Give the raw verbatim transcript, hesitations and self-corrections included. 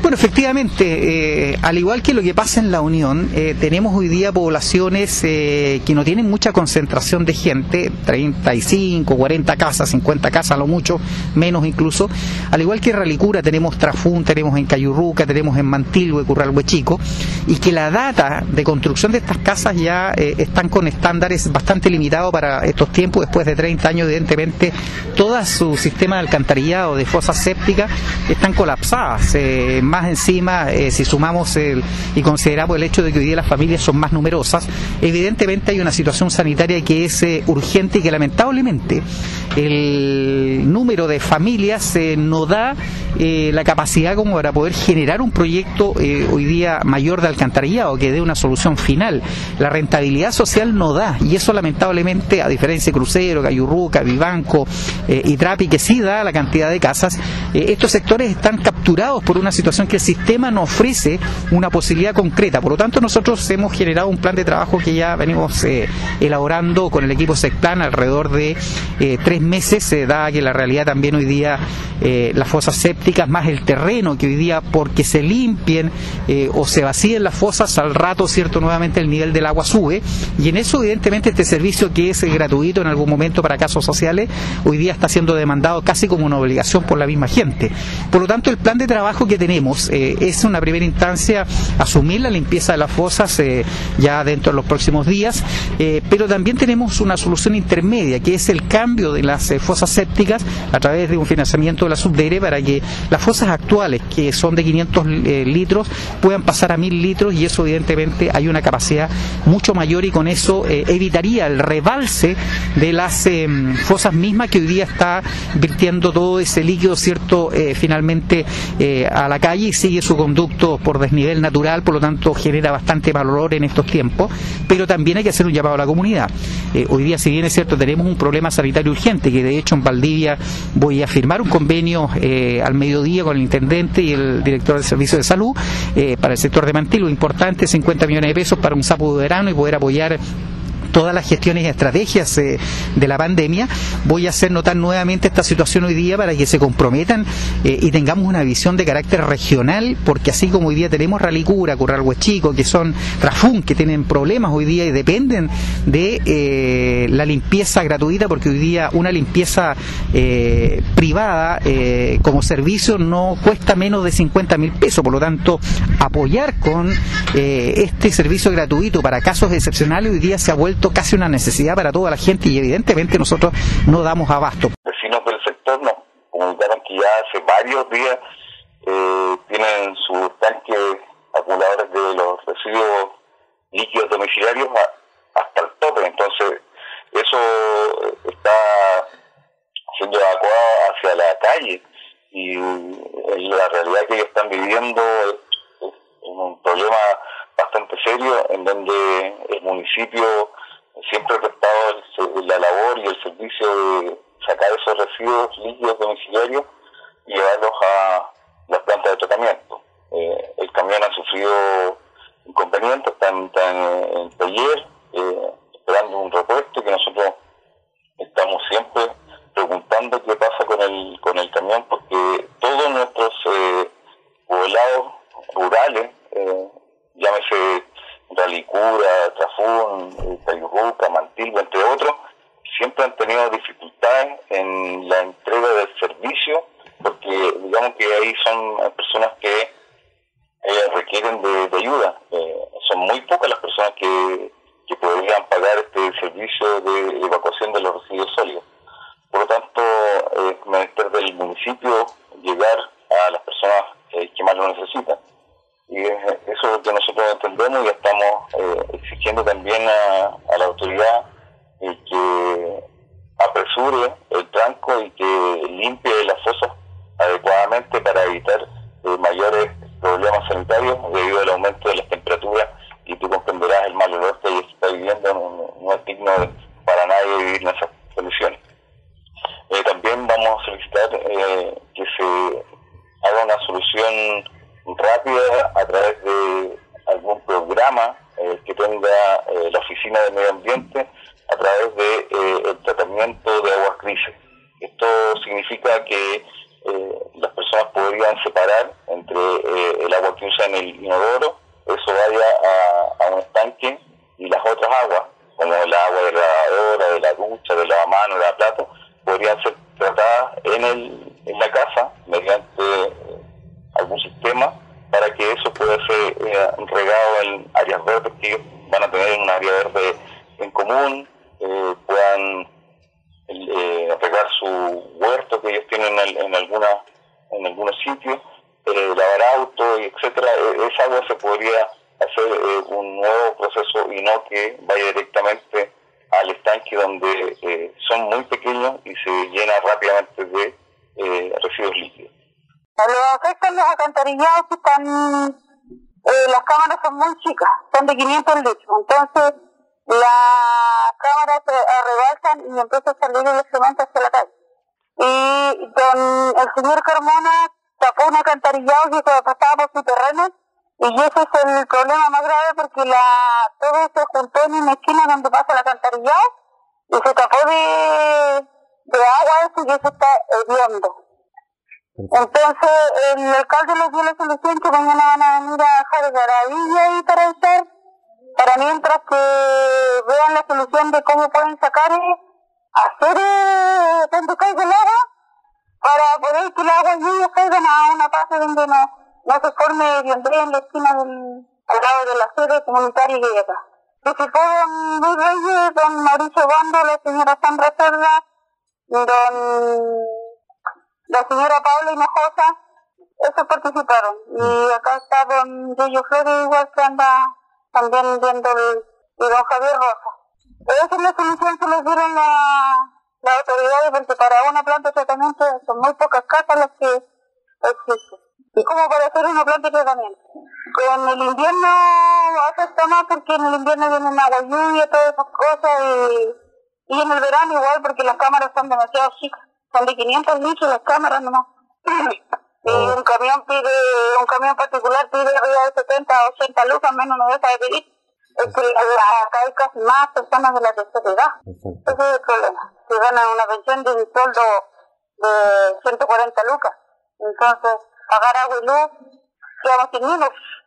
Bueno, efectivamente, eh, al igual que lo que pasa en la Unión, eh, tenemos hoy día poblaciones eh, que no tienen mucha concentración de gente, treinta y cinco, cuarenta casas, cincuenta casas a lo mucho, menos incluso. Al igual que en Ralicura tenemos Trafún, tenemos en Cayurruca, tenemos en Mantilhue, Curralhue Chico, y que la data de construcción de estas casas ya eh, están con estándares bastante limitados para estos tiempos. Después de treinta años, evidentemente, todo su sistema de alcantarillado, de fosas sépticas, están colapsadas. Eh, más encima, eh, si sumamos el, y consideramos el hecho de que hoy día las familias son más numerosas, evidentemente hay una situación sanitaria que es eh, urgente y que lamentablemente el número de familias eh, no da eh, la capacidad como para poder generar un proyecto eh, hoy día mayor de alcantarillado que dé una solución final. La rentabilidad social no da, y eso lamentablemente, a diferencia de Crucero, Cayurruca, Vivanco eh, y Trapi, que sí da la cantidad de casas, eh, estos sectores están capturados por una situación que el sistema no ofrece una posibilidad concreta. Por lo tanto, nosotros hemos generado un plan de trabajo que ya venimos eh, elaborando con el equipo SECPLAN alrededor de eh, tres meses, eh, dada que la realidad también hoy día, eh, las fosas sépticas más el terreno, que hoy día porque se limpien eh, o se vacíen las fosas, al rato, cierto, nuevamente el nivel del agua sube, y en eso evidentemente este servicio, que es eh, gratuito en algún momento para casos sociales, hoy día está siendo demandado casi como una obligación por la misma gente. Por lo tanto, el plan de trabajo que tenemos eh, es una primera instancia asumir la limpieza de las fosas eh, ya dentro de los próximos días, eh, pero también tenemos una solución intermedia, que es el cambio de las eh, fosas sépticas a través de un financiamiento de la Subdere, para que las fosas actuales, que son de quinientos eh, litros, puedan pasar a mil litros, y eso evidentemente hay una capacidad mucho mayor, y con eso eh, evitaría el rebalse de las eh, fosas mismas, que hoy día está virtiendo todo ese líquido, cierto, eh, finalmente eh, a la calle, y sigue su conducto por desnivel natural. Por lo tanto, genera bastante mal olor en estos tiempos, pero también hay que hacer un llamado a la comunidad. Eh, hoy día, si bien es cierto, tenemos un problema sanitario urgente, que de hecho en Valdivia voy a firmar un convenio eh, al mediodía con el intendente y el director del Servicio de Salud eh, para el sector de Mantilhue, importante, cincuenta millones de pesos para un sapo de verano, y poder apoyar todas las gestiones y estrategias eh, de la pandemia. Voy a hacer notar nuevamente esta situación hoy día para que se comprometan eh, y tengamos una visión de carácter regional, porque así como hoy día tenemos Ralicura, Curralhue Chico, que son Trafún, que tienen problemas hoy día y dependen de eh, la limpieza gratuita, porque hoy día una limpieza eh, privada eh, como servicio no cuesta menos de cincuenta mil pesos. Por lo tanto, apoyar con eh, este servicio gratuito para casos excepcionales hoy día se ha vuelto casi una necesidad para toda la gente, y evidentemente nosotros no damos abasto. Vecinos del sector nos comunicaron que ya hace varios días eh, tienen sus tanques acumuladores de los residuos líquidos domiciliarios a, hasta el tope. Entonces eso está siendo evacuado hacia la calle, y la realidad que ellos están viviendo es, es un problema bastante serio, en donde el municipio siempre ha prestado la labor y el servicio de sacar esos residuos líquidos domiciliarios y llevarlos a las plantas de tratamiento. Eh, el camión ha sufrido inconvenientes, está en, está en, en taller, eh, esperando un repuesto, que nosotros estamos siempre preguntando qué pasa con el con el camión, porque todos nuestros eh, poblados rurales, eh, llámese Ralicura, Trafún, Cayurruca, Mantilhue, entre otros, siempre han tenido dificultades en la entrega del servicio, porque digamos que ahí son personas que eh, requieren de, de ayuda. Eh, son muy pocas las personas que, que podrían pagar este servicio de evacuación de los residuos sólidos. Por lo tanto, es eh, menester del municipio llegar a las personas eh, que más lo necesitan. Y eso es lo que nosotros entendemos, y estamos eh, exigiendo también a, a la autoridad eh, que apresure el tranco y que limpie las fosas adecuadamente para evitar eh, mayores problemas sanitarios debido al aumento de las temperaturas, y tú comprenderás el mal olor que se está viviendo. No, no es digno de, para nadie vivir en esas condiciones. Eh, también vamos a solicitar eh, que se haga una solución rápida a través de algún programa eh, que tenga eh, la Oficina de Medio Ambiente a través de eh, el tratamiento de aguas grises. Esto significa que eh, las personas podrían separar entre eh, el agua que usan en el inodoro, eso vaya a, a un estanque, y las otras aguas, como el agua de la lavadora, de la ducha, del lavamanos, de la plato, podrían ser tratadas en, el, en la casa mediante eh, algún sistema para que eso pueda ser eh, regado en áreas verdes que ellos van a tener en un área verde en común, eh, puedan eh, regar su huerto que ellos tienen en, en, alguna, en algunos sitios, eh, lavar autos, etcétera. Eh, esa agua se podría hacer eh, un nuevo proceso y no que vaya directamente al estanque donde eh, son muy pequeños y se llena rápidamente de eh, residuos líquidos. Los afectan los alcantarillados que están, eh, las cámaras son muy chicas, son de quinientos litros, entonces las cámaras se rebalsan y empieza a salir el cemento hacia la calle. Y don el señor Carmona tapó un alcantarillado que pasaba por su terreno, y ese es el problema más grave porque la, todo se juntó en una esquina donde pasa el alcantarillado y se tapó de, de agua eso, y eso está hediondo. Entonces el alcalde les dio la solución que mañana van a venir a dejar garabilla ahí para hacer, para mientras que vean la solución de cómo pueden sacar, hacer eh, donde caiga el agua, para poder que el agua y ellos caigan a una parte donde no, no se forme viondrea en la esquina del, al lado de la sede comunitaria que hay acá. Visitó don Luis Reyes, don Mauricio Bondo, la señora Sandra Cerda, don la señora Paula Hinojosa, esos participaron. Y acá está don Yoyo Flores, igual que anda también viendo el, y don Javier Rosa. Esa es la solución que les dieron la, las autoridades, porque para una planta de tratamiento son muy pocas casas las que existen. Y como para hacer una planta de tratamiento. En el invierno afecta más porque en el invierno vienen agua, lluvia, todas esas cosas, y, y en el verano igual porque las cámaras son demasiado chicas. Son de quinientos litros las cámaras nomás. Y un camión pide, un camión particular pide arriba de setenta o ochenta lucas, menos no deja de pedir. Es que acá hay casi más personas de la tercera edad. Ese es el problema. Si ganan una pensión de un sueldo de ciento cuarenta lucas, entonces pagar agua y luz, quedamos sin niños.